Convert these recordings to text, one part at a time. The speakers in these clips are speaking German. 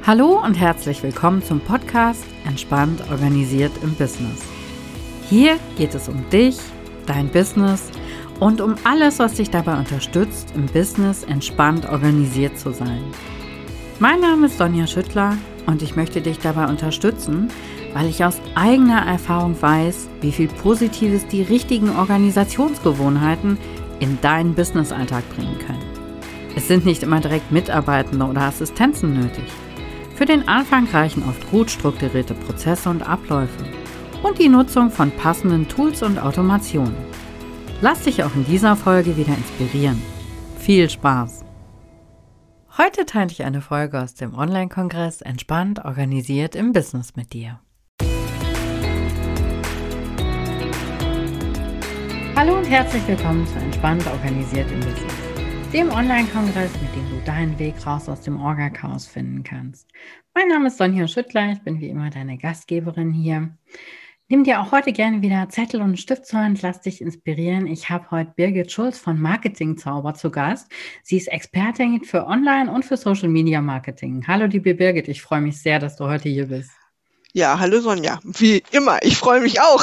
Hallo und herzlich willkommen zum Podcast Entspannt organisiert im Business. Hier geht es um dich, dein Business und um alles, was dich dabei unterstützt, im Business entspannt organisiert zu sein. Mein Name ist Sonja Schüttler und ich möchte dich dabei unterstützen, weil ich aus eigener Erfahrung weiß, wie viel Positives die richtigen Organisationsgewohnheiten in deinen Businessalltag bringen können. Es sind nicht immer direkt Mitarbeitende oder Assistenzen nötig. Für den Anfang reichen oft gut strukturierte Prozesse und Abläufe und die Nutzung von passenden Tools und Automationen. Lass dich auch in dieser Folge wieder inspirieren. Viel Spaß! Heute teile ich eine Folge aus dem Online-Kongress Entspannt organisiert im Business mit dir. Hallo und herzlich willkommen zu Entspannt organisiert im Business, dem Online-Kongress, mit dem du deinen Weg raus aus dem Orga-Chaos finden kannst. Mein Name ist Sonja Schüttler, ich bin wie immer deine Gastgeberin hier. Nimm dir auch heute gerne wieder Zettel und Stift zur Hand, lass dich inspirieren. Ich habe heute Birgit Schulz von Marketing Zauber zu Gast. Sie ist Expertin für Online- und für Social Media Marketing. Hallo liebe Birgit, ich freue mich sehr, dass du heute hier bist. Ja, hallo Sonja, wie immer, ich freue mich auch.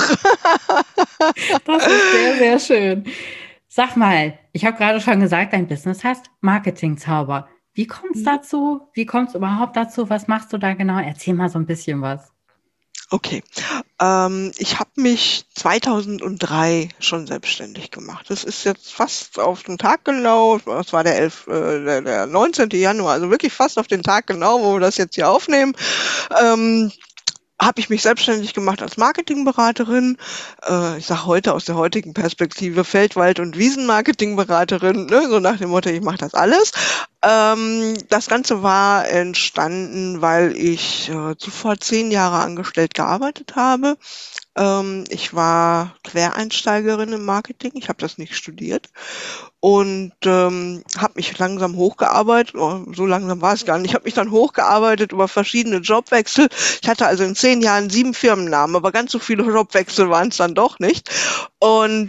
Das ist sehr, sehr schön. Sag mal, ich habe gerade schon gesagt, dein Business heißt Marketing Zauber. Wie kommt es dazu? Wie kommt es überhaupt dazu? Was machst du da genau? Erzähl mal so ein bisschen was. Okay, ich habe mich 2003 schon selbstständig gemacht. Das ist jetzt fast auf den Tag genau, das war der 19. Januar, also wirklich fast auf den Tag genau, wo wir das jetzt hier aufnehmen. Habe ich mich selbstständig gemacht als Marketingberaterin. Ich sage heute aus der heutigen Perspektive Feld-, und Wiesenmarketingberaterin, ne? So nach dem Motto, ich mache das alles. Das Ganze war entstanden, weil ich zuvor 10 Jahre angestellt gearbeitet habe. Ich war Quereinsteigerin im Marketing, ich habe das nicht studiert und habe mich langsam hochgearbeitet, so langsam war es gar nicht, ich habe mich dann hochgearbeitet über verschiedene Jobwechsel. Ich hatte also in 10 Jahren 7 Firmennamen, aber ganz so viele Jobwechsel waren es dann doch nicht. Und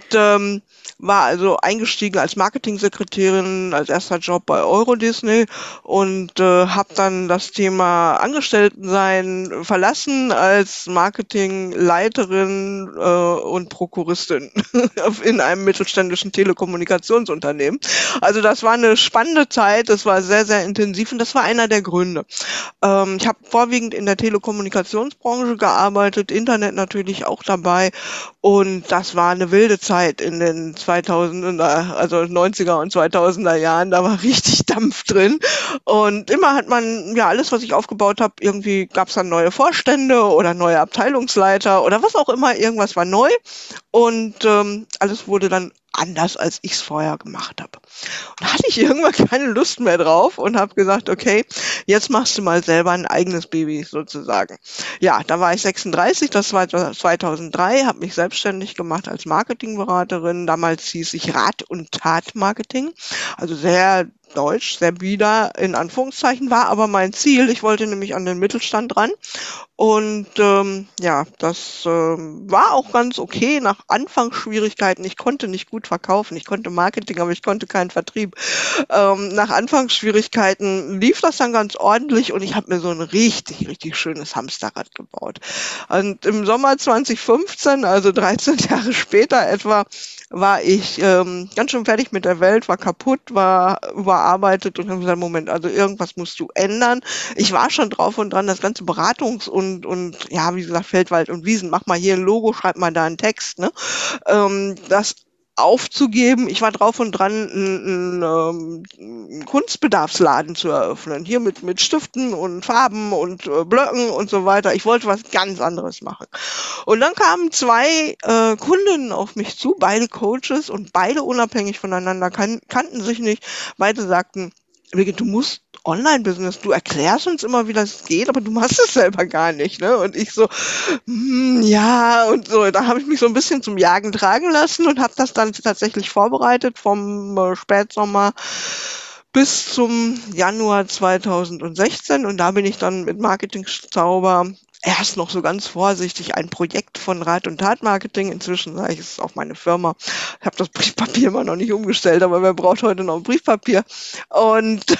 war also eingestiegen als Marketingsekretärin, als erster Job bei Eurodisney und habe dann das Thema Angestelltensein verlassen als Marketingleiterin und Prokuristin in einem mittelständischen Telekommunikationsunternehmen. Also das war eine spannende Zeit, das war sehr, sehr intensiv und das war einer der Gründe. Ich habe vorwiegend in der Telekommunikationsbranche gearbeitet, Internet natürlich auch dabei und das war eine wilde Zeit in den 2000er, also 90er und 2000er Jahren, da war richtig Dampf drin und immer hat man, ja, alles, was ich aufgebaut habe, irgendwie gab es dann neue Vorstände oder neue Abteilungsleiter oder was auch immer, irgendwas war neu und alles wurde dann anders, als ich es vorher gemacht habe. Und da hatte ich irgendwann keine Lust mehr drauf und habe gesagt, okay, jetzt machst du mal selber ein eigenes Baby sozusagen. Ja, da war ich 36, das war 2003, habe mich selbstständig gemacht als Marketingberaterin. Damals hieß ich Rat- und Tat-Marketing, also sehr deutsch, sehr bieder in Anführungszeichen, war aber mein Ziel. Ich wollte nämlich an den Mittelstand ran und ja, das war auch ganz okay nach Anfangsschwierigkeiten. Ich konnte nicht gut verkaufen, ich konnte Marketing, aber ich konnte keinen Vertrieb. Nach Anfangsschwierigkeiten lief das dann ganz ordentlich und ich habe mir so ein richtig, richtig schönes Hamsterrad gebaut. Und im Sommer 2015, also 13 Jahre später etwa, war ich ganz schön fertig mit der Welt, war kaputt, war überarbeitet und habe gesagt, Moment, also irgendwas musst du ändern. Ich war schon drauf und dran, das ganze Beratungs- und ja, wie gesagt, Feld-, und Wiesen, mach mal hier ein Logo, schreib mal da einen Text, ne? Das aufzugeben. Ich war drauf und dran, einen Kunstbedarfsladen zu eröffnen. Hier mit Stiften und Farben und Blöcken und so weiter. Ich wollte was ganz anderes machen. Und dann kamen 2 Kundinnen auf mich zu, beide Coaches und beide unabhängig voneinander, kannten sich nicht. Beide sagten, Birgit, du musst Online-Business, du erklärst uns immer, wie das geht, aber du machst es selber gar nicht, ne? Und ich so, ja, und so, da habe ich mich so ein bisschen zum Jagen tragen lassen und habe das dann tatsächlich vorbereitet vom Spätsommer bis zum Januar 2016 und da bin ich dann mit Marketing Zauber erst noch so ganz vorsichtig ein Projekt von Rat- und Tat-Marketing. Inzwischen sage ich, es ist auch meine Firma. Ich habe das Briefpapier immer noch nicht umgestellt, aber wer braucht heute noch ein Briefpapier? Und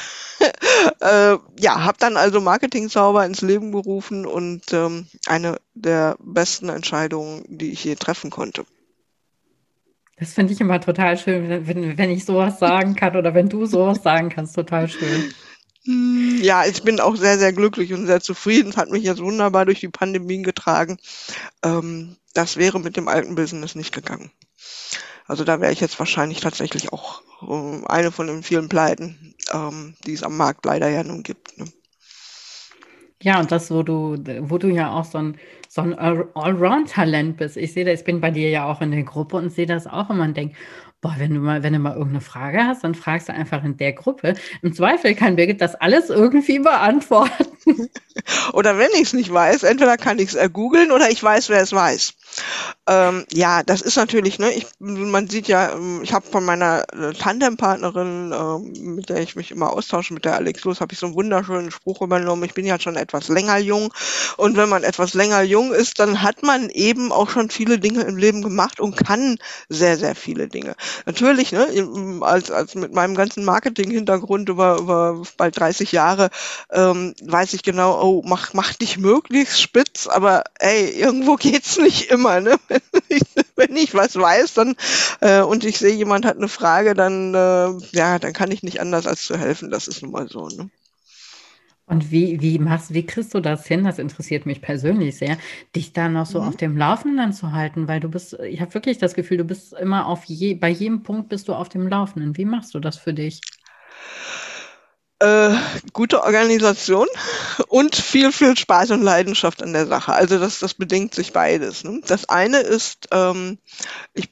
Ja, habe dann also Marketing-Zauber ins Leben gerufen und eine der besten Entscheidungen, die ich je treffen konnte. Das finde ich immer total schön, wenn ich sowas sagen kann oder wenn du sowas sagen kannst, total schön. Ja, ich bin auch sehr, sehr glücklich und sehr zufrieden. Es hat mich jetzt wunderbar durch die Pandemie getragen. Das wäre mit dem alten Business nicht gegangen. Also da wäre ich jetzt wahrscheinlich tatsächlich auch eine von den vielen Pleiten, die es am Markt leider ja nun gibt. Ne? Ja, und das, wo du ja auch so ein Allround-Talent bist. Ich sehe das, ich bin bei dir ja auch in der Gruppe und sehe das auch immer und denke, boah, wenn du mal irgendeine Frage hast, dann fragst du einfach in der Gruppe. Im Zweifel kann Birgit das alles irgendwie beantworten. Oder wenn ich es nicht weiß, entweder kann ich es googeln oder ich weiß, wer es weiß. Ja, das ist natürlich, ne, man sieht ja, ich habe von meiner Tandempartnerin, mit der ich mich immer austausche, mit der Alex Los, habe ich so einen wunderschönen Spruch übernommen. Ich bin ja schon etwas länger jung und wenn man etwas länger jung ist, dann hat man eben auch schon viele Dinge im Leben gemacht und kann sehr, sehr viele Dinge. Natürlich, ne, als mit meinem ganzen Marketing-Hintergrund über bald 30 Jahre, weiß ich genau, oh, mach dich möglichst spitz, aber ey, irgendwo geht's nicht immer, ne? Wenn ich was weiß, dann und ich sehe, jemand hat eine Frage, dann ja, dann kann ich nicht anders als zu helfen. Das ist nun mal so, ne? Und wie kriegst du das hin? Das interessiert mich persönlich sehr, dich da noch so Mhm. auf dem Laufenden zu halten, weil du bist, ich habe wirklich das Gefühl, du bist immer bei jedem Punkt bist du auf dem Laufenden. Wie machst du das für dich? Äh, Gute Organisation und viel, viel Spaß und Leidenschaft an der Sache. Also das bedingt sich beides. Ne? Das eine ist, ich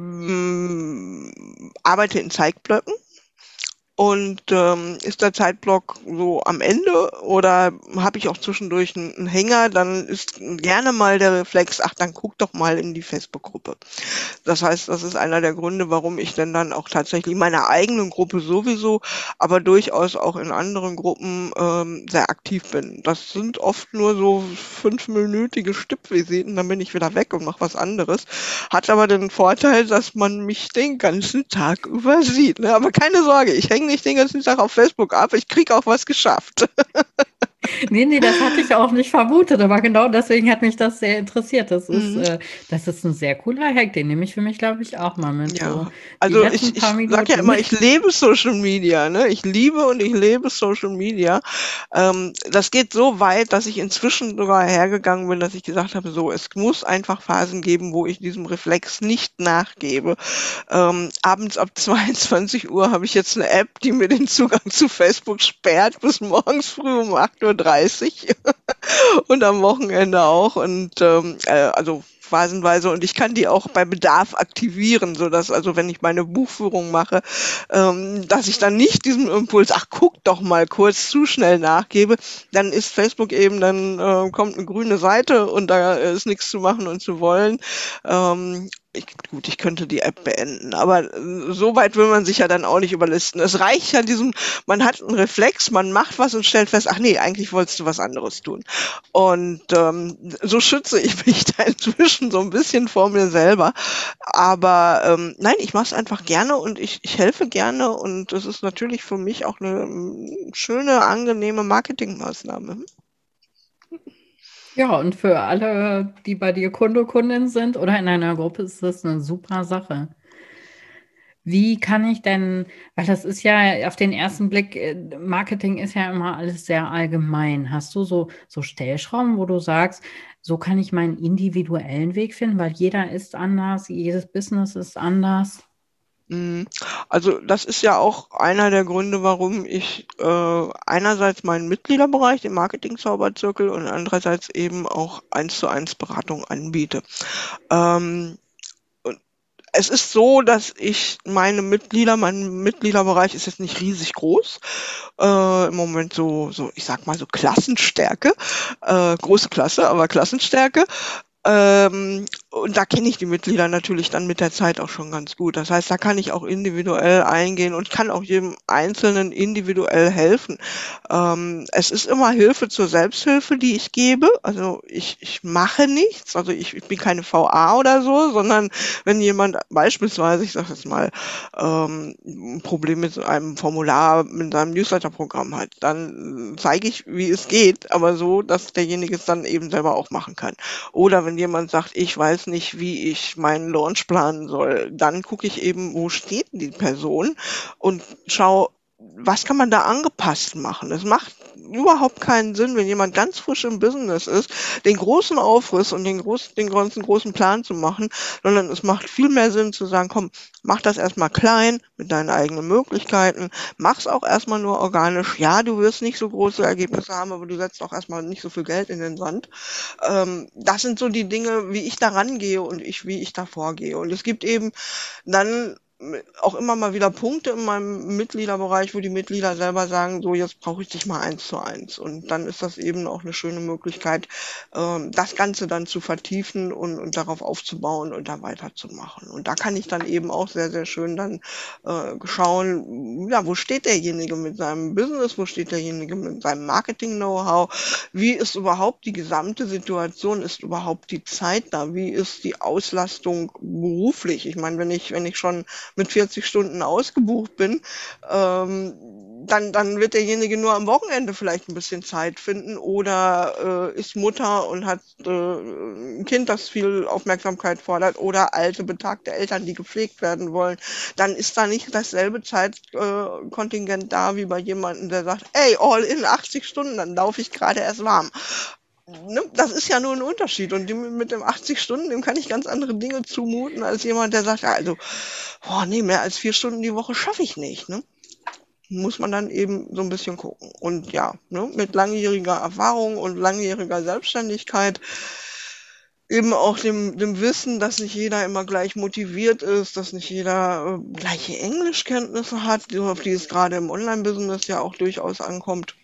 arbeite in Zeitblöcken. Und ist der Zeitblock so am Ende oder habe ich auch zwischendurch einen Hänger, dann ist gerne mal der Reflex, ach, dann guck doch mal in die Facebook-Gruppe. Das heißt, das ist einer der Gründe, warum ich denn dann auch tatsächlich in meiner eigenen Gruppe sowieso, aber durchaus auch in anderen Gruppen sehr aktiv bin. Das sind oft nur so 5-minütige Stippvisiten, dann bin ich wieder weg und mache was anderes. Hat aber den Vorteil, dass man mich den ganzen Tag über sieht. Ne? Aber keine Sorge, ich hänge nicht den ganzen Tag auf Facebook ab, ich kriege auch was geschafft. Nee, das hatte ich auch nicht vermutet, aber genau deswegen hat mich das sehr interessiert. Mhm. Das ist ein sehr cooler Hack, den nehme ich für mich, glaube ich, auch mal mit. So Ja, die also letzten ich, paar ich sage ja immer, Minuten. ich lebe Social Media, ne? Ich liebe und ich lebe Social Media. Das geht so weit, dass ich inzwischen sogar hergegangen bin, dass ich gesagt habe, so, es muss einfach Phasen geben, wo ich diesem Reflex nicht nachgebe. Abends ab 22 Uhr habe ich jetzt eine App, die mir den Zugang zu Facebook sperrt bis morgens früh um 8:30 Uhr und am Wochenende auch und also phasenweise und ich kann die auch bei Bedarf aktivieren, so dass also wenn ich meine Buchführung mache, dass ich dann nicht diesem Impuls, ach guck doch mal kurz zu schnell nachgebe, dann ist Facebook eben, dann kommt eine grüne Seite und da ist nichts zu machen und zu wollen. Gut, ich könnte die App beenden, aber so weit will man sich ja dann auch nicht überlisten. Es reicht ja man hat einen Reflex, man macht was und stellt fest, ach nee, eigentlich wolltest du was anderes tun. Und so schütze ich mich da inzwischen so ein bisschen vor mir selber. Aber nein, ich mache es einfach gerne und ich helfe gerne und das ist natürlich für mich auch eine schöne, angenehme Marketingmaßnahme. Ja, und für alle, die bei dir Kunde, Kundin sind oder in einer Gruppe, ist das eine super Sache. Wie kann ich denn, weil das ist ja auf den ersten Blick, Marketing ist ja immer alles sehr allgemein. Hast du so Stellschrauben, wo du sagst, so kann ich meinen individuellen Weg finden, weil jeder ist anders, jedes Business ist anders? Mhm. Also das ist ja auch einer der Gründe, warum ich einerseits meinen Mitgliederbereich, den Marketing-Zauberzirkel und andererseits eben auch 1:1 Beratung anbiete. Ähm, und es ist so, dass mein Mitgliederbereich ist jetzt nicht riesig groß. Im Moment so, ich sag mal so Klassenstärke, große Klasse, aber Klassenstärke. Und da kenne ich die Mitglieder natürlich dann mit der Zeit auch schon ganz gut. Das heißt, da kann ich auch individuell eingehen und kann auch jedem Einzelnen individuell helfen. Es ist immer Hilfe zur Selbsthilfe, die ich gebe. Also ich mache nichts, also ich bin keine VA oder so, sondern wenn jemand beispielsweise, ich sage jetzt mal, ein Problem mit so einem Formular, mit seinem Newsletter-Programm hat, dann zeige ich, wie es geht, aber so, dass derjenige es dann eben selber auch machen kann. Oder wenn jemand sagt, ich weiß nicht, wie ich meinen Launch planen soll, dann gucke ich eben, wo steht die Person und schaue, was kann man da angepasst machen. Es macht überhaupt keinen Sinn, wenn jemand ganz frisch im Business ist, den großen Aufriss und den ganzen großen Plan zu machen, sondern es macht viel mehr Sinn zu sagen, komm, mach das erstmal klein mit deinen eigenen Möglichkeiten, mach's auch erstmal nur organisch. Ja, du wirst nicht so große Ergebnisse haben, aber du setzt auch erstmal nicht so viel Geld in den Sand. Das sind so die Dinge, wie ich da rangehe und wie ich da vorgehe. Und es gibt eben dann auch immer mal wieder Punkte in meinem Mitgliederbereich, wo die Mitglieder selber sagen, so jetzt brauche ich dich mal 1:1. Und dann ist das eben auch eine schöne Möglichkeit, das Ganze dann zu vertiefen und darauf aufzubauen und da weiterzumachen. Und da kann ich dann eben auch sehr, sehr schön dann schauen, ja, wo steht derjenige mit seinem Business, wo steht derjenige mit seinem Marketing-Know-how, wie ist überhaupt die gesamte Situation, ist überhaupt die Zeit da, wie ist die Auslastung beruflich? Ich meine, wenn ich schon mit 40 Stunden ausgebucht bin, dann wird derjenige nur am Wochenende vielleicht ein bisschen Zeit finden oder ist Mutter und hat ein Kind, das viel Aufmerksamkeit fordert oder alte, betagte Eltern, die gepflegt werden wollen. Dann ist da nicht dasselbe Zeitkontingent da wie bei jemandem, der sagt, ey, all in 80 Stunden, dann laufe ich gerade erst warm. Ne? Das ist ja nur ein Unterschied. Und mit dem 80 Stunden, dem kann ich ganz andere Dinge zumuten, als jemand, der sagt, ja, also, nee, mehr als 4 Stunden die Woche schaffe ich nicht. Ne? Muss man dann eben so ein bisschen gucken. Und ja, ne, mit langjähriger Erfahrung und langjähriger Selbstständigkeit, eben auch dem Wissen, dass nicht jeder immer gleich motiviert ist, dass nicht jeder gleiche Englischkenntnisse hat, auf die es gerade im Online-Business ja auch durchaus ankommt,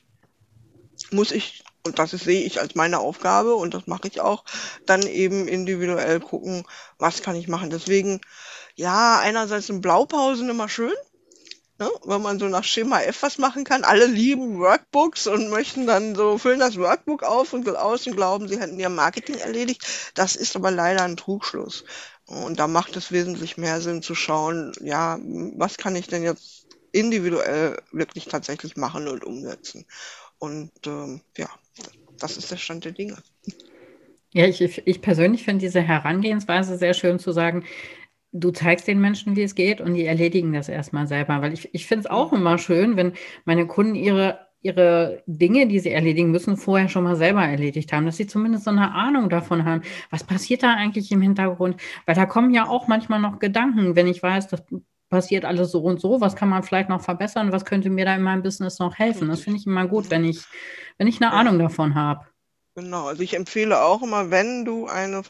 muss ich, und sehe ich als meine Aufgabe und das mache ich auch, dann eben individuell gucken, was kann ich machen. Deswegen, ja, einerseits sind Blaupausen immer schön, ne, wenn man so nach Schema F was machen kann. Alle lieben Workbooks und möchten dann so, füllen das Workbook auf und glauben, sie hätten ihr Marketing erledigt. Das ist aber leider ein Trugschluss. Und da macht es wesentlich mehr Sinn zu schauen, ja, was kann ich denn jetzt individuell wirklich tatsächlich machen und umsetzen. Und ja, das ist der Stand der Dinge. Ja, ich persönlich finde diese Herangehensweise sehr schön zu sagen, du zeigst den Menschen, wie es geht und die erledigen das erstmal selber. Weil ich finde es auch immer schön, wenn meine Kunden ihre Dinge, die sie erledigen müssen, vorher schon mal selber erledigt haben, dass sie zumindest so eine Ahnung davon haben, was passiert da eigentlich im Hintergrund. Weil da kommen ja auch manchmal noch Gedanken, wenn ich weiß, das passiert alles so und so, was kann man vielleicht noch verbessern, was könnte mir da in meinem Business noch helfen. Das finde ich immer gut, wenn ich eine Ahnung davon habe. Genau, also ich empfehle auch immer, wenn du einen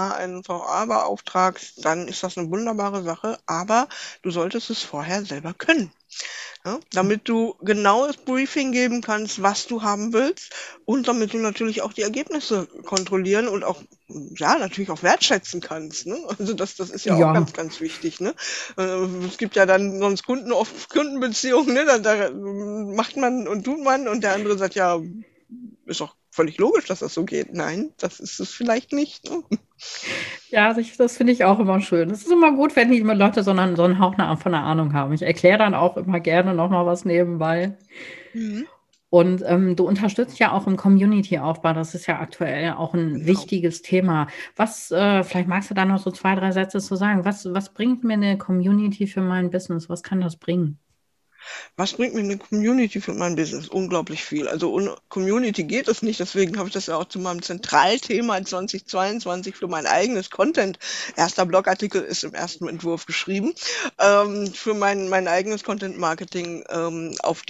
VA beauftragst, dann ist das eine wunderbare Sache, aber du solltest es vorher selber können. Ja, damit du genaues Briefing geben kannst, was du haben willst und damit du natürlich auch die Ergebnisse kontrollieren und auch, ja, natürlich auch wertschätzen kannst. Ne? Also das ist ja auch ganz, ganz wichtig. Ne? Es gibt ja dann sonst Kundenbeziehungen, ne? Da macht man und tut man und der andere sagt, ja, ist doch völlig logisch, dass das so geht. Nein, das ist es vielleicht nicht. Ne? Ja, also das finde ich auch immer schön. Es ist immer gut, wenn die Leute so einen Hauch von einer Ahnung haben. Ich erkläre dann auch immer gerne nochmal was nebenbei. Mhm. Und du unterstützt ja auch im Community-Aufbau. Das ist ja aktuell auch ein wichtiges Thema. Vielleicht magst du da noch so 2, 3 Sätze zu sagen. Was bringt mir eine Community für mein Business? Was kann das bringen? Was bringt mir eine Community für mein Business? Unglaublich viel. Also ohne Community geht es nicht. Deswegen habe ich das ja auch zu meinem Zentralthema 2022 für mein eigenes Content. Erster Blogartikel ist im ersten Entwurf geschrieben. Für mein eigenes Content Marketing auf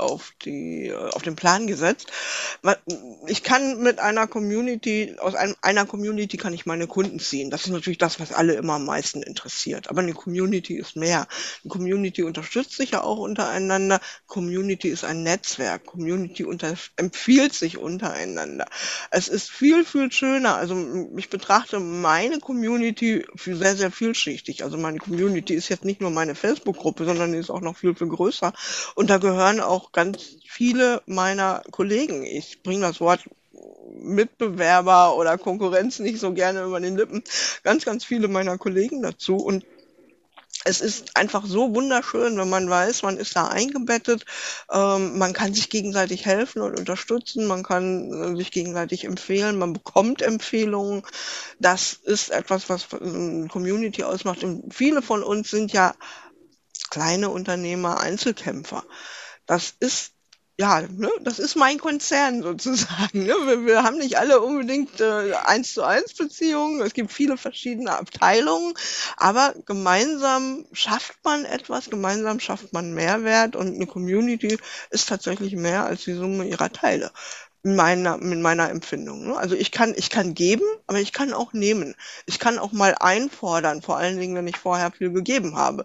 den Plan gesetzt. Ich kann mit einer Community, einer Community kann ich meine Kunden ziehen. Das ist natürlich das, was alle immer am meisten interessiert. Aber eine Community ist mehr. Eine Community unterstützt sich ja auch untereinander. Community ist ein Netzwerk. Community empfiehlt sich untereinander. Es ist viel, viel schöner. Also ich betrachte meine Community für sehr, sehr vielschichtig. Also meine Community ist jetzt nicht nur meine Facebook-Gruppe, sondern die ist auch noch viel, viel größer. Und da gehören auch ganz viele meiner Kollegen. Ich bringe das Wort Mitbewerber oder Konkurrenz nicht so gerne über den Lippen. Ganz, ganz viele meiner Kollegen dazu. Und es ist einfach so wunderschön, wenn man weiß, man ist da eingebettet, man kann sich gegenseitig helfen und unterstützen, man kann sich gegenseitig empfehlen, man bekommt Empfehlungen. Das ist etwas, was eine Community ausmacht. Und viele von uns sind ja kleine Unternehmer, Einzelkämpfer. Das ist das ist mein Konzern sozusagen. Ne? Wir haben nicht alle unbedingt 1:1 Beziehungen. Es gibt viele verschiedene Abteilungen, aber gemeinsam schafft man etwas, gemeinsam schafft man Mehrwert und eine Community ist tatsächlich mehr als die Summe ihrer Teile. Mit meiner Empfindung. Ne? Also ich kann geben, aber ich kann auch nehmen. Ich kann auch mal einfordern, vor allen Dingen, wenn ich vorher viel gegeben habe.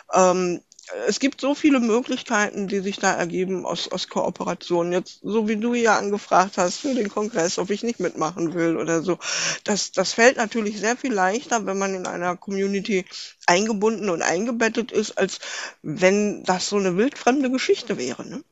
Es gibt so viele Möglichkeiten, die sich da ergeben aus Kooperationen. Jetzt, so wie du ja angefragt hast für den Kongress, ob ich nicht mitmachen will oder so. Das fällt natürlich sehr viel leichter, wenn man in einer Community eingebunden und eingebettet ist, als wenn das so eine wildfremde Geschichte wäre. Ne?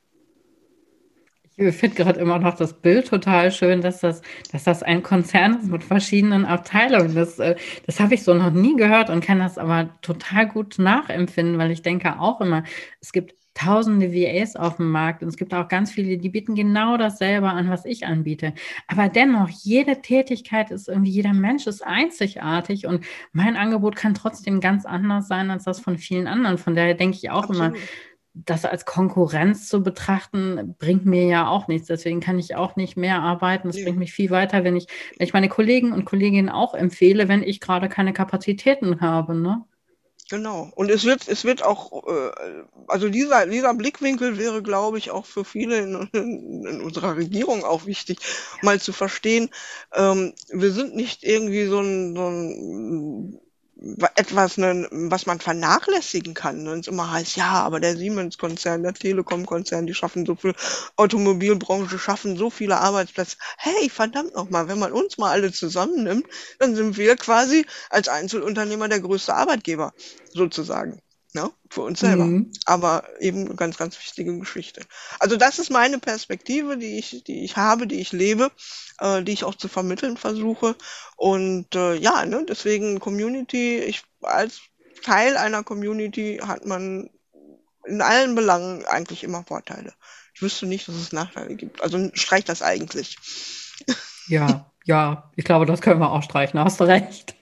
Ich finde gerade immer noch das Bild total schön, dass das ein Konzern ist mit verschiedenen Abteilungen. Das habe ich so noch nie gehört und kann das aber total gut nachempfinden, weil ich denke auch immer, es gibt tausende VAs auf dem Markt und es gibt auch ganz viele, die bieten genau dasselbe an, was ich anbiete. Aber dennoch, jede Tätigkeit ist irgendwie, jeder Mensch ist einzigartig und mein Angebot kann trotzdem ganz anders sein als das von vielen anderen. Von daher denke ich auch immer, Absolut. das als Konkurrenz zu betrachten, bringt mir ja auch nichts. Deswegen kann ich auch nicht mehr arbeiten. Es Nee. bringt mich viel weiter, wenn ich meine Kollegen und Kolleginnen auch empfehle, wenn ich gerade keine Kapazitäten habe, ne? Genau. Und es wird auch, also dieser Blickwinkel wäre, glaube ich, auch für viele in unserer Regierung auch wichtig, mal zu verstehen, wir sind nicht irgendwie so ein etwas, was man vernachlässigen kann. Und es immer heißt, ja, aber der Siemens-Konzern, der Telekom-Konzern, die schaffen so viel, Automobilbranche schaffen so viele Arbeitsplätze. Hey, verdammt nochmal, wenn man uns mal alle zusammennimmt, dann sind wir quasi als Einzelunternehmer der größte Arbeitgeber, sozusagen. Ne? Für uns selber. Mhm. Aber eben eine ganz, ganz wichtige Geschichte. Also das ist meine Perspektive, die ich habe, die ich lebe, die ich auch zu vermitteln versuche. Und deswegen Community, als Teil einer Community hat man in allen Belangen eigentlich immer Vorteile. Ich wüsste nicht, dass es Nachteile gibt. Also streicht das eigentlich. Ja, ich glaube, das können wir auch streichen, hast du recht.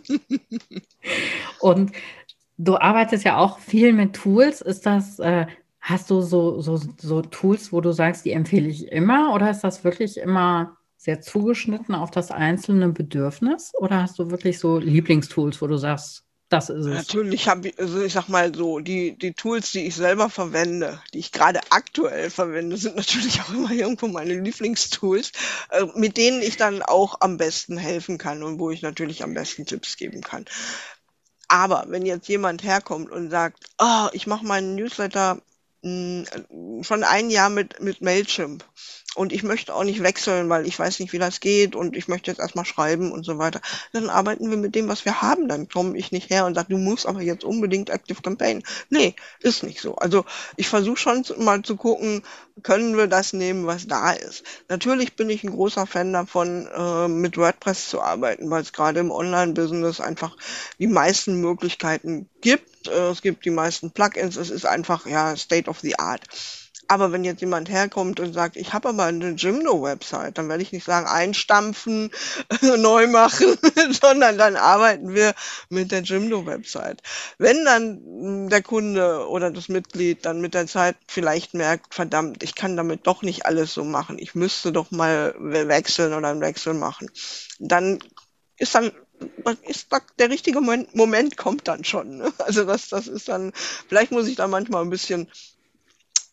Und du arbeitest ja auch viel mit Tools. Hast du so Tools, wo du sagst, die empfehle ich immer? Oder ist das wirklich immer sehr zugeschnitten auf das einzelne Bedürfnis? Oder hast du wirklich so Lieblingstools, wo du sagst, das ist es? Natürlich also ich sag mal so, die Tools, die ich selber verwende, die ich gerade aktuell verwende, sind natürlich auch immer irgendwo meine Lieblingstools, mit denen ich dann auch am besten helfen kann und wo ich natürlich am besten Tipps geben kann. Aber wenn jetzt jemand herkommt und sagt, ich mache meinen Newsletter schon ein Jahr mit Mailchimp und ich möchte auch nicht wechseln, weil ich weiß nicht, wie das geht und ich möchte jetzt erstmal schreiben und so weiter, dann arbeiten wir mit dem, was wir haben. Dann komme ich nicht her und sage, du musst aber jetzt unbedingt Active Campaign. Nee, ist nicht so. Also ich versuche schon mal zu gucken, können wir das nehmen, was da ist. Natürlich bin ich ein großer Fan davon, mit WordPress zu arbeiten, weil es gerade im Online-Business einfach die meisten Möglichkeiten gibt. Es gibt die meisten Plugins. Es ist einfach, State of the Art. Aber wenn jetzt jemand herkommt und sagt, ich habe aber eine Jimdo-Website, dann werde ich nicht sagen, einstampfen, neu machen, sondern dann arbeiten wir mit der Jimdo-Website. Wenn dann der Kunde oder das Mitglied dann mit der Zeit vielleicht merkt, verdammt, ich kann damit doch nicht alles so machen, ich müsste doch mal wechseln oder einen Wechsel machen, dann ist der richtige Moment kommt dann schon. Ne? Also das ist dann, vielleicht muss ich da manchmal ein bisschen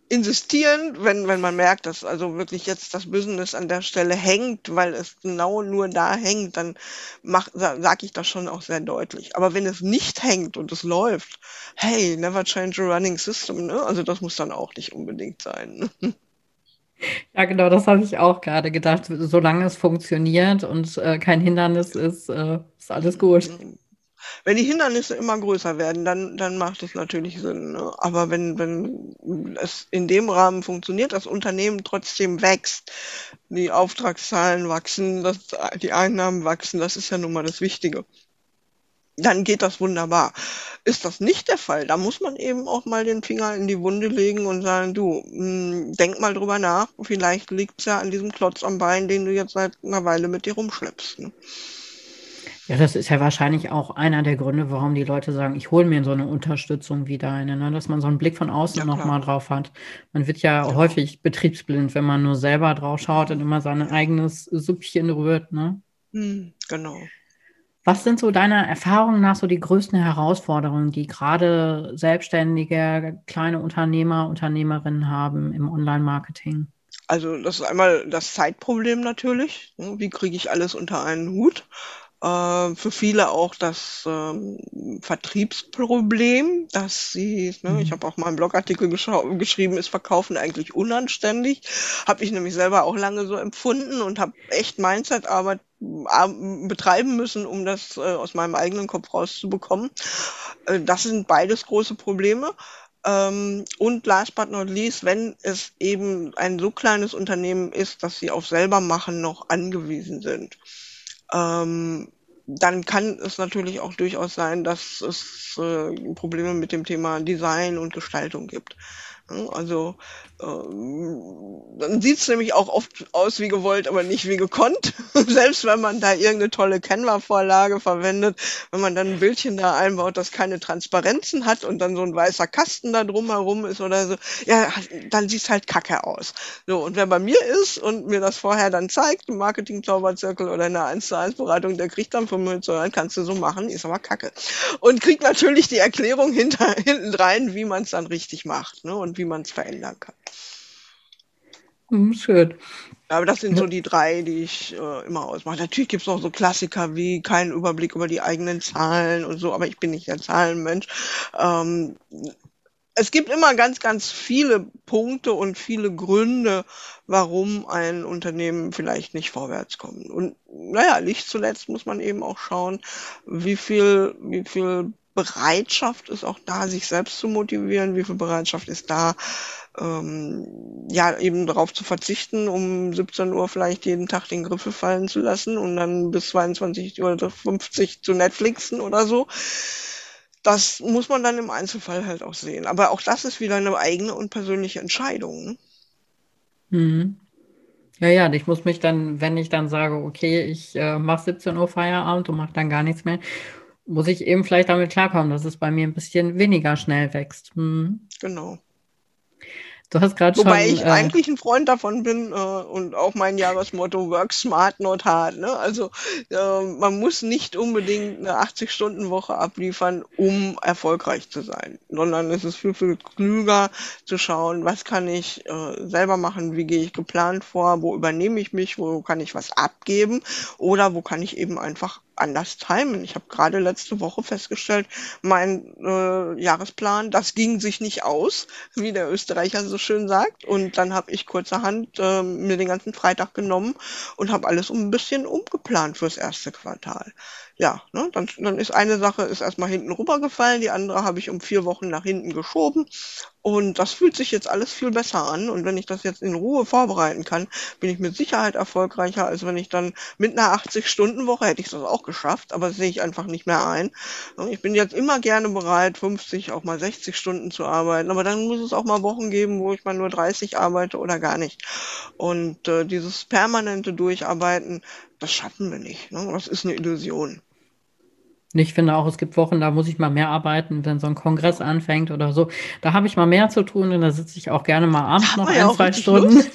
insistieren, wenn man merkt, dass also wirklich jetzt das Business an der Stelle hängt, weil es genau nur da hängt, dann sage ich das schon auch sehr deutlich. Aber wenn es nicht hängt und es läuft, hey, never change a running system, ne? Also das muss dann auch nicht unbedingt sein. Ne? Ja, genau, das habe ich auch gerade gedacht. Solange es funktioniert und kein Hindernis ist, ist alles gut. Wenn die Hindernisse immer größer werden, dann macht es natürlich Sinn. Ne? Aber wenn es in dem Rahmen funktioniert, das Unternehmen trotzdem wächst, die Auftragszahlen wachsen, die Einnahmen wachsen, das ist ja nun mal das Wichtige. Dann geht das wunderbar. Ist das nicht der Fall, da muss man eben auch mal den Finger in die Wunde legen und sagen, du, denk mal drüber nach, vielleicht liegt es ja an diesem Klotz am Bein, den du jetzt seit einer Weile mit dir rumschleppst. Ne? Ja, das ist ja wahrscheinlich auch einer der Gründe, warum die Leute sagen, ich hole mir so eine Unterstützung wie deine, ne? Dass man so einen Blick von außen Ja, klar. nochmal drauf hat. Man wird ja Ja, häufig betriebsblind, wenn man nur selber drauf schaut und immer sein eigenes Süppchen rührt, ne? genau. Was sind so deiner Erfahrung nach so die größten Herausforderungen, die gerade Selbstständige, kleine Unternehmer, Unternehmerinnen haben im Online-Marketing? Also das ist einmal das Zeitproblem natürlich. Ne? Wie kriege ich alles unter einen Hut? Für viele auch das Vertriebsproblem, dass ich habe auch mal einen Blogartikel geschrieben, ist Verkaufen eigentlich unanständig? Habe ich nämlich selber auch lange so empfunden und habe echt Mindset-Arbeit betreiben müssen, um das aus meinem eigenen Kopf rauszubekommen. Das sind beides große Probleme. Und last but not least, wenn es eben ein so kleines Unternehmen ist, dass sie auf selber machen noch angewiesen sind, dann kann es natürlich auch durchaus sein, dass es Probleme mit dem Thema Design und Gestaltung gibt. Also dann sieht es nämlich auch oft aus wie gewollt, aber nicht wie gekonnt. Selbst wenn man da irgendeine tolle Canva-Vorlage verwendet, wenn man dann ein Bildchen da einbaut, das keine Transparenzen hat und dann so ein weißer Kasten da drumherum ist oder so, ja, dann sieht es halt kacke aus. So, und wer bei mir ist und mir das vorher dann zeigt, im Marketing-Zauberzirkel oder in einer 1:1 Beratung, der kriegt dann von mir zu hören, kannst du so machen, ist aber kacke. Und kriegt natürlich die Erklärung hinten rein, wie man es dann richtig macht, ne, und wie man es verändern kann. Schön. Aber das sind so die 3, die ich immer ausmache. Natürlich gibt es noch so Klassiker wie keinen Überblick über die eigenen Zahlen und so, aber ich bin nicht der Zahlenmensch. Es gibt immer ganz, ganz viele Punkte und viele Gründe, warum ein Unternehmen vielleicht nicht vorwärts kommt. Und naja, nicht zuletzt muss man eben auch schauen, wie viel Bereitschaft ist auch da, sich selbst zu motivieren, wie viel Bereitschaft ist da, ja, eben darauf zu verzichten, um 17 Uhr vielleicht jeden Tag den Griffel fallen zu lassen und dann bis 22:50 Uhr zu Netflixen oder so. Das muss man dann im Einzelfall halt auch sehen. Aber auch das ist wieder eine eigene und persönliche Entscheidung. Mhm. Ja, ich muss mich dann, wenn ich dann sage, okay, ich mache 17 Uhr Feierabend und mache dann gar nichts mehr, muss ich eben vielleicht damit klarkommen, dass es bei mir ein bisschen weniger schnell wächst. Genau. Du hast gerade Wobei schon, ich eigentlich ein Freund davon bin und auch mein Jahresmotto Work smart, not hard. Ne? Also man muss nicht unbedingt eine 80-Stunden-Woche abliefern, um erfolgreich zu sein, sondern es ist viel, viel klüger zu schauen, was kann ich selber machen, wie gehe ich geplant vor, wo übernehme ich mich, wo kann ich was abgeben oder wo kann ich eben einfach anders timen. Ich habe gerade letzte Woche festgestellt, mein Jahresplan, das ging sich nicht aus, wie der Österreicher so schön sagt. Und dann habe ich kurzerhand mir den ganzen Freitag genommen und habe alles ein bisschen umgeplant fürs erste Quartal. Ja, ne, dann ist eine Sache ist erstmal hinten rübergefallen, die andere habe ich um 4 Wochen nach hinten geschoben. Und das fühlt sich jetzt alles viel besser an. Und wenn ich das jetzt in Ruhe vorbereiten kann, bin ich mit Sicherheit erfolgreicher, als wenn ich dann mit einer 80-Stunden-Woche hätte ich das auch geschafft, aber das sehe ich einfach nicht mehr ein. Ich bin jetzt immer gerne bereit, 50, auch mal 60 Stunden zu arbeiten, aber dann muss es auch mal Wochen geben, wo ich mal nur 30 arbeite oder gar nicht. Und dieses permanente Durcharbeiten, das schaffen wir nicht. Ne? Das ist eine Illusion. ich finde auch, es gibt Wochen, da muss ich mal mehr arbeiten, wenn so ein Kongress anfängt oder so. Da habe ich mal mehr zu tun und da sitze ich auch gerne mal Da abends hat noch man ja ein, auch zwei richtig Stunden. Lust.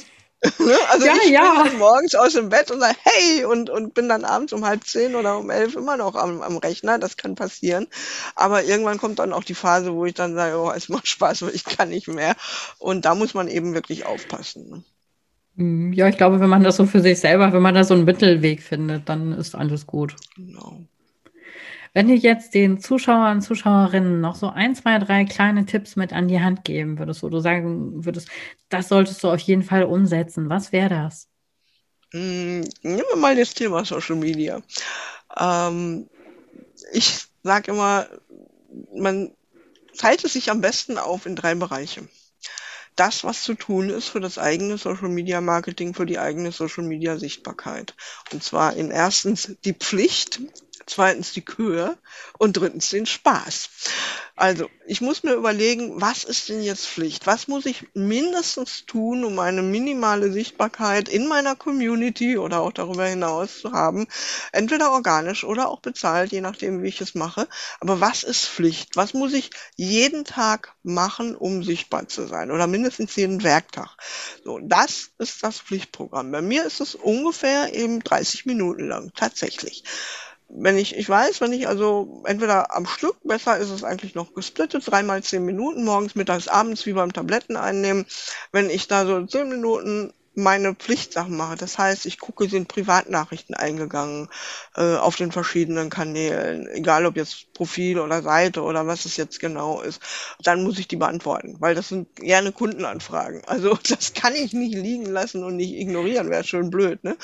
Ne? Also Ja, ich springe ja. dann morgens aus dem Bett und sage, hey, und bin dann abends um 9:30 oder um 11 immer noch am Rechner. Das kann passieren. Aber irgendwann kommt dann auch die Phase, wo ich dann sage, oh, es macht Spaß, aber ich kann nicht mehr. Und da muss man eben wirklich aufpassen. Ne? Ja, ich glaube, wenn man das so für sich selber, wenn man da so einen Mittelweg findet, dann ist alles gut. Genau. Wenn du jetzt den Zuschauern, Zuschauerinnen noch so ein, zwei, drei kleine Tipps mit an die Hand geben würdest, wo du sagen würdest, das solltest du auf jeden Fall umsetzen, was wäre das? Nehmen wir mal das Thema Social Media. Ähm, Ich sage immer, man teilt es sich am besten auf in 3 Bereiche. Das, was zu tun ist für das eigene Social Media Marketing, für die eigene Social Media Sichtbarkeit. Und zwar in erstens die Pflicht, zweitens die Kür und drittens den Spaß. Also, ich muss mir überlegen, was ist denn jetzt Pflicht? Was muss ich mindestens tun, um eine minimale Sichtbarkeit in meiner Community oder auch darüber hinaus zu haben? Entweder organisch oder auch bezahlt, je nachdem, wie ich es mache. Aber was ist Pflicht? Was muss ich jeden Tag machen, um sichtbar zu sein? Oder mindestens jeden Werktag. So, das ist das Pflichtprogramm. Bei mir ist es ungefähr eben 30 Minuten lang, tatsächlich. Ich weiß, wenn ich also entweder am Stück, besser ist es eigentlich noch gesplittet, 3 mal 10 Minuten, morgens, mittags, abends, wie beim Tabletten einnehmen. Wenn ich da so 10 Minuten meine Pflichtsachen mache, das heißt, ich gucke, sind Privatnachrichten eingegangen auf den verschiedenen Kanälen, egal ob jetzt Profil oder Seite oder was es jetzt genau ist, dann muss ich die beantworten, weil das sind gerne Kundenanfragen. Also das kann ich nicht liegen lassen und nicht ignorieren, wäre schön blöd, ne?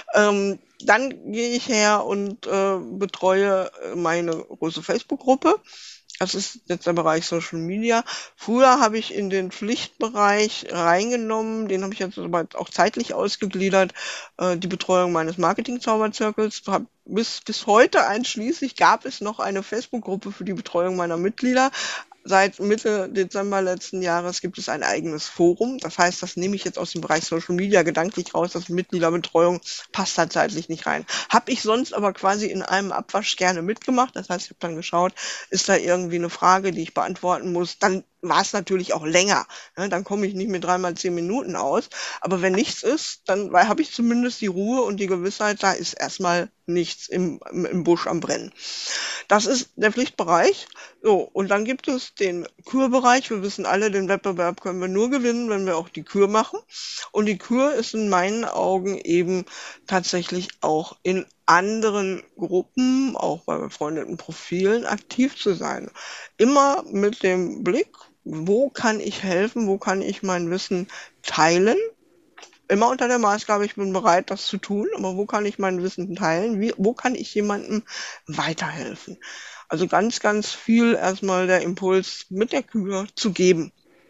Dann gehe ich her und betreue meine große Facebook-Gruppe. Das ist jetzt der Bereich Social Media. Früher habe ich in den Pflichtbereich reingenommen, den habe ich jetzt aber auch zeitlich ausgegliedert, die Betreuung meines Marketing-Zauberzirkels. Bis heute einschließlich gab es noch eine Facebook-Gruppe für die Betreuung meiner Mitglieder. Seit Mitte Dezember letzten Jahres gibt es ein eigenes Forum. Das heißt, das nehme ich jetzt aus dem Bereich Social Media gedanklich raus. Das Mitgliederbetreuung passt da zeitlich nicht rein. Habe ich sonst aber quasi in einem Abwasch gerne mitgemacht. Das heißt, ich habe dann geschaut, ist da irgendwie eine Frage, die ich beantworten muss. Dann war es natürlich auch länger. Ne? Dann komme ich nicht mit 3 mal 10 Minuten aus. Aber wenn nichts ist, dann habe ich zumindest die Ruhe und die Gewissheit, da ist erstmal nichts im Busch am Brennen. Das ist der Pflichtbereich. So, und dann gibt es den Kürbereich. Wir wissen alle, den Wettbewerb können wir nur gewinnen, wenn wir auch die Kür machen. Und die Kür ist in meinen Augen eben tatsächlich auch in anderen Gruppen, auch bei befreundeten Profilen, aktiv zu sein. Immer mit dem Blick, wo kann ich helfen, wo kann ich mein Wissen teilen. Immer unter der Maßgabe, ich bin bereit, das zu tun, aber wo kann ich mein Wissen teilen? Wo kann ich jemandem weiterhelfen? Also ganz, ganz viel erstmal der Impuls, mit der Kür zu geben.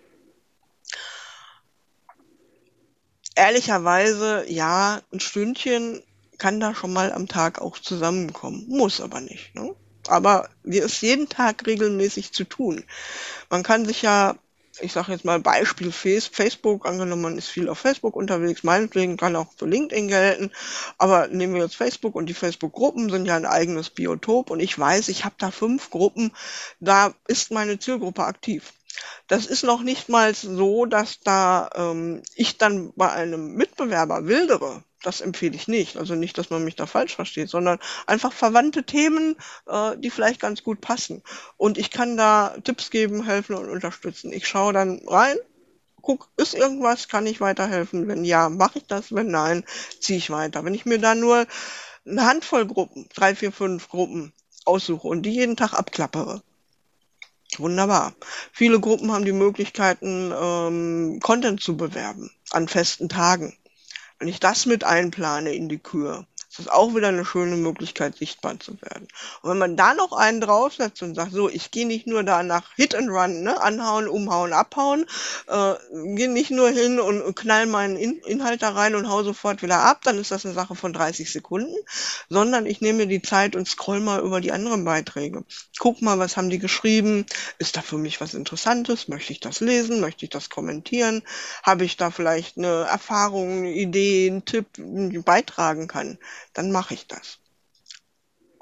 Ehrlicherweise, ja, ein Stündchen kann da schon mal am Tag auch zusammenkommen. Muss aber nicht, ne? Aber mir ist jeden Tag regelmäßig zu tun. Man kann sich ja, ich sage jetzt mal Beispiel Facebook, angenommen, man ist viel auf Facebook unterwegs, meinetwegen kann auch für LinkedIn gelten, aber nehmen wir jetzt Facebook und die Facebook-Gruppen sind ja ein eigenes Biotop und ich weiß, ich habe da 5 Gruppen, da ist meine Zielgruppe aktiv. Das ist noch nicht mal so, dass da ich dann bei einem Mitbewerber wildere. Das empfehle ich nicht. Also nicht, dass man mich da falsch versteht, sondern einfach verwandte Themen, die vielleicht ganz gut passen. Und ich kann da Tipps geben, helfen und unterstützen. Ich schaue dann rein, guck, ist irgendwas, kann ich weiterhelfen? Wenn ja, mache ich das. Wenn nein, ziehe ich weiter. Wenn ich mir da nur eine Handvoll Gruppen, 3, 4, 5 Gruppen aussuche und die jeden Tag abklappere, wunderbar. Viele Gruppen haben die Möglichkeiten, Content zu bewerben an festen Tagen. Wenn ich das mit einplane in die Kür, ist das auch wieder eine schöne Möglichkeit, sichtbar zu werden. Und wenn man da noch einen draufsetzt und sagt, so, ich gehe nicht nur da nach Hit and Run, ne, anhauen, umhauen, abhauen, gehe nicht nur hin und knall meinen Inhalt da rein und hau sofort wieder ab, dann ist das eine Sache von 30 Sekunden, sondern ich nehme mir die Zeit und scroll mal über die anderen Beiträge. Guck mal, was haben die geschrieben? Ist da für mich was Interessantes? Möchte ich das lesen? Möchte ich das kommentieren? Habe ich da vielleicht eine Erfahrung, eine Idee, einen Tipp, den ich beitragen kann? Dann mache ich das.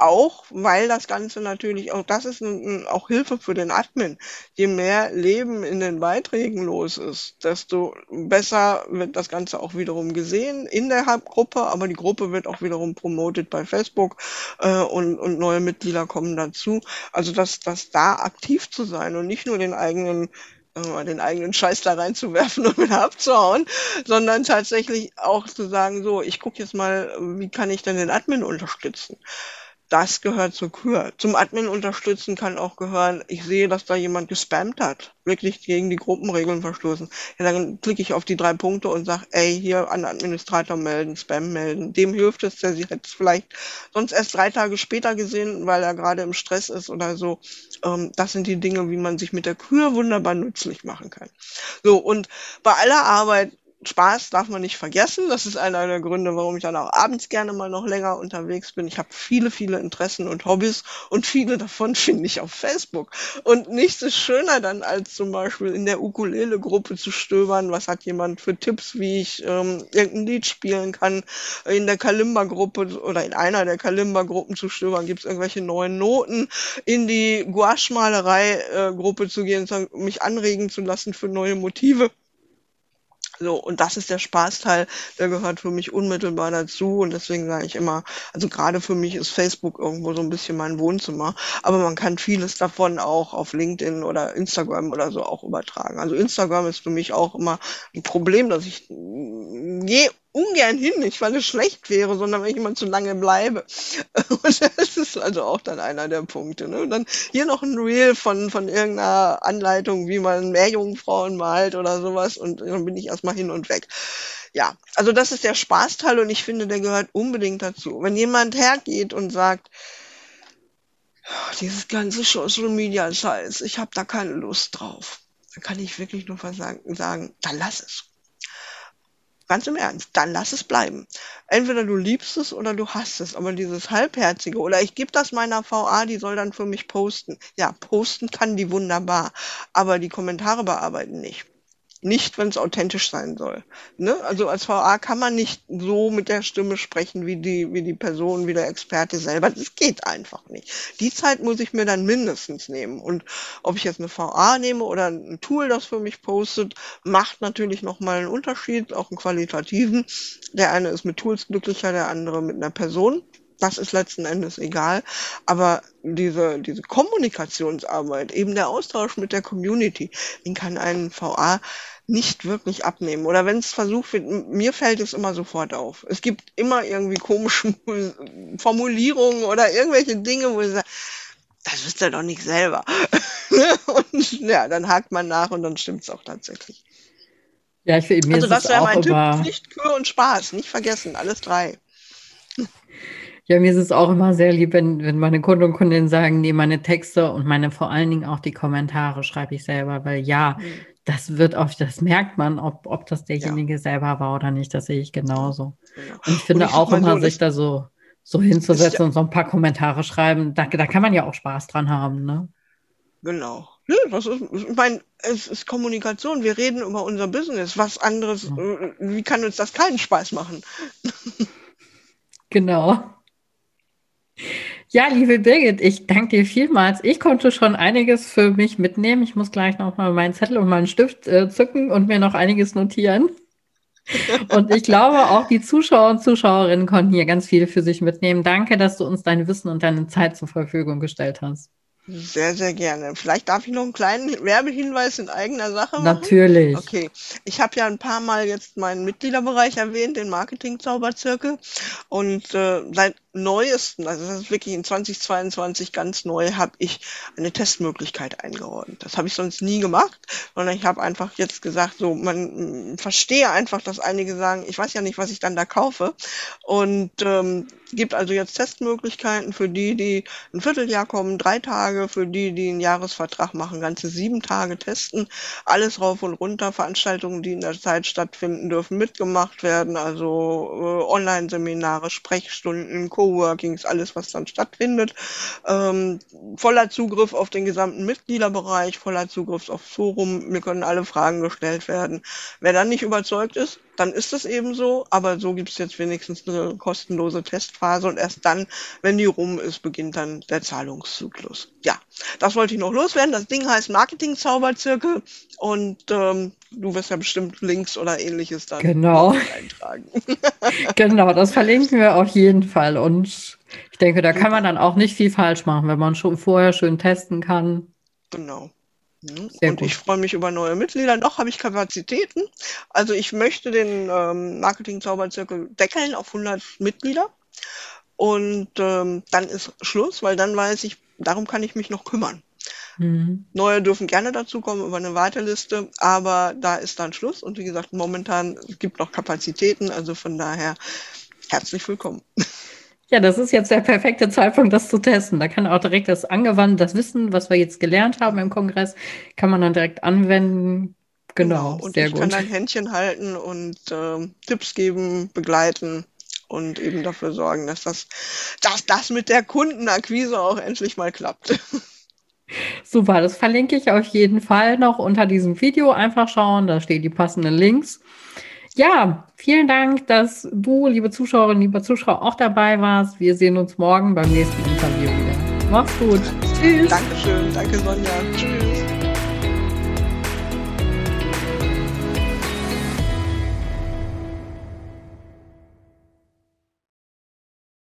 auch, weil das Ganze natürlich auch, das ist auch Hilfe für den Admin. Je mehr Leben in den Beiträgen los ist, desto besser wird das Ganze auch wiederum gesehen in der Gruppe, aber die Gruppe wird auch wiederum promotet bei Facebook und neue Mitglieder kommen dazu. Also das da aktiv zu sein und nicht nur den eigenen Scheiß da reinzuwerfen und wieder abzuhauen, sondern tatsächlich auch zu sagen, so, ich gucke jetzt mal, wie kann ich denn den Admin unterstützen? Das gehört zur Kür. Zum Admin unterstützen kann auch gehören, ich sehe, dass da jemand gespammt hat, wirklich gegen die Gruppenregeln verstoßen. Ja, dann klicke ich auf die 3 Punkte und sage, ey, hier an Administrator melden, Spam melden. Dem hilft es, der hätte es vielleicht sonst erst 3 Tage später gesehen, weil er gerade im Stress ist oder so. Das sind die Dinge, wie man sich mit der Kür wunderbar nützlich machen kann. So, und bei aller Arbeit, Spaß darf man nicht vergessen. Das ist einer der Gründe, warum ich dann auch abends gerne mal noch länger unterwegs bin. Ich habe viele, viele Interessen und Hobbys und viele davon finde ich auf Facebook. Und nichts ist schöner dann, als zum Beispiel in der Ukulele-Gruppe zu stöbern. Was hat jemand für Tipps, wie ich irgendein Lied spielen kann? In der Kalimba-Gruppe oder in einer der Kalimba-Gruppen zu stöbern, gibt es irgendwelche neuen Noten. In die Gouache-Malerei-Gruppe zu gehen, mich anregen zu lassen für neue Motive. So, und das ist der Spaßteil, der gehört für mich unmittelbar dazu. Und deswegen sage ich immer, also gerade für mich ist Facebook irgendwo so ein bisschen mein Wohnzimmer. Aber man kann vieles davon auch auf LinkedIn oder Instagram oder so auch übertragen. Also Instagram ist für mich auch immer ein Problem, dass ich gehe ungern hin, nicht weil es schlecht wäre, sondern weil ich immer zu lange bleibe. Und das ist also auch dann einer der Punkte. Ne? Und dann hier noch ein Reel von irgendeiner Anleitung, wie man Meerjungfrauen malt oder sowas. Und dann bin ich erstmal hin und weg. Ja, also das ist der Spaßteil und ich finde, der gehört unbedingt dazu. Wenn jemand hergeht und sagt, dieses ganze Social Media Scheiß, ich habe da keine Lust drauf, dann kann ich wirklich nur sagen, dann lass es. Ganz im Ernst, dann lass es bleiben. Entweder du liebst es oder du hasst es, aber dieses Halbherzige oder ich gebe das meiner VA, die soll dann für mich posten. Ja, posten kann die wunderbar, aber die Kommentare bearbeiten nicht. Nicht, wenn es authentisch sein soll. Ne? Also als VA kann man nicht so mit der Stimme sprechen wie die Person, wie der Experte selber. Das geht einfach nicht. Die Zeit muss ich mir dann mindestens nehmen. Und ob ich jetzt eine VA nehme oder ein Tool, das für mich postet, macht natürlich nochmal einen Unterschied, auch einen qualitativen. Der eine ist mit Tools glücklicher, der andere mit einer Person. Das ist letzten Endes egal. Aber diese Kommunikationsarbeit, eben der Austausch mit der Community, den kann ein VA nicht wirklich abnehmen. Oder wenn es versucht wird, mir fällt es immer sofort auf. Es gibt immer irgendwie komische Formulierungen oder irgendwelche Dinge, wo ich sage, das wisst ihr doch nicht selber. Und ja, dann hakt man nach und dann stimmt es auch tatsächlich. Ja, mir Also ist das es wäre auch mein Tipp, immer, Pflicht, Kür und Spaß. Nicht vergessen, alles 3. ja, mir ist es auch immer sehr lieb, wenn meine Kunden und Kundinnen sagen, nee, meine Texte und vor allen Dingen auch die Kommentare schreibe ich selber, weil ja, das merkt man, ob das derjenige selber war oder nicht, das sehe ich genauso. Genau. Und ich finde ich sag auch mal immer, so, sich da so hinzusetzen und so ein paar Kommentare schreiben, da kann man ja auch Spaß dran haben, ne? Genau. Ja, ich meine, es ist Kommunikation. Wir reden über unser Business. Was anderes, wie kann uns das keinen Spaß machen? Genau. Ja, liebe Birgit, ich danke dir vielmals. Ich konnte schon einiges für mich mitnehmen. Ich muss gleich noch mal meinen Zettel und meinen Stift zücken und mir noch einiges notieren. Und ich glaube, auch die Zuschauer und Zuschauerinnen konnten hier ganz viel für sich mitnehmen. Danke, dass du uns dein Wissen und deine Zeit zur Verfügung gestellt hast. Sehr, sehr gerne. Vielleicht darf ich noch einen kleinen Werbehinweis in eigener Sache machen? Natürlich. Okay. Ich habe ja ein paar Mal jetzt meinen Mitgliederbereich erwähnt, den Marketing-Zauberzirkel. Und seit neuesten, also das ist wirklich in 2022 ganz neu, habe ich eine Testmöglichkeit eingeordnet. Das habe ich sonst nie gemacht, sondern ich habe einfach jetzt gesagt, so, man verstehe einfach, dass einige sagen, ich weiß ja nicht, was ich dann da kaufe. Und gibt also jetzt Testmöglichkeiten für die ein Vierteljahr kommen, 3 Tage, für die einen Jahresvertrag machen, ganze 7 Tage testen, alles rauf und runter, Veranstaltungen, die in der Zeit stattfinden, dürfen mitgemacht werden, also Online-Seminare, Sprechstunden, Coworkings, alles, was dann stattfindet. Voller Zugriff auf den gesamten Mitgliederbereich, voller Zugriff aufs Forum. Mir können alle Fragen gestellt werden. Wer dann nicht überzeugt ist, dann ist es eben so. Aber so gibt es jetzt wenigstens eine kostenlose Testphase. Und erst dann, wenn die rum ist, beginnt dann der Zahlungszyklus. Ja, das wollte ich noch loswerden. Das Ding heißt Marketing-Zauberzirkel. Und du wirst ja bestimmt Links oder ähnliches dann eintragen. Genau, das verlinken wir auf jeden Fall. Und ich denke, da kann man dann auch nicht viel falsch machen, wenn man schon vorher schön testen kann. Genau. Und ich freue mich über neue Mitglieder. Noch habe ich Kapazitäten. Also ich möchte den Marketing-Zauberzirkel deckeln auf 100 Mitglieder. Und dann ist Schluss, weil dann weiß ich, darum kann ich mich noch kümmern. Neue dürfen gerne dazukommen über eine Warteliste, aber da ist dann Schluss. Und wie gesagt, momentan gibt noch Kapazitäten, also von daher herzlich willkommen. Ja, das ist jetzt der perfekte Zeitpunkt, das zu testen. Da kann auch direkt das Wissen, was wir jetzt gelernt haben im Kongress, kann man dann direkt anwenden. Genau, und sehr gut. Ich kann ein Händchen halten und Tipps geben, begleiten und eben dafür sorgen, dass das mit der Kundenakquise auch endlich mal klappt. Super, das verlinke ich auf jeden Fall noch unter diesem Video. Einfach schauen, da stehen die passenden Links. Ja, vielen Dank, dass du, liebe Zuschauerinnen, liebe Zuschauer, auch dabei warst. Wir sehen uns morgen beim nächsten Interview wieder. Mach's gut. Tschüss. Dankeschön. Danke, Sonja. Tschüss.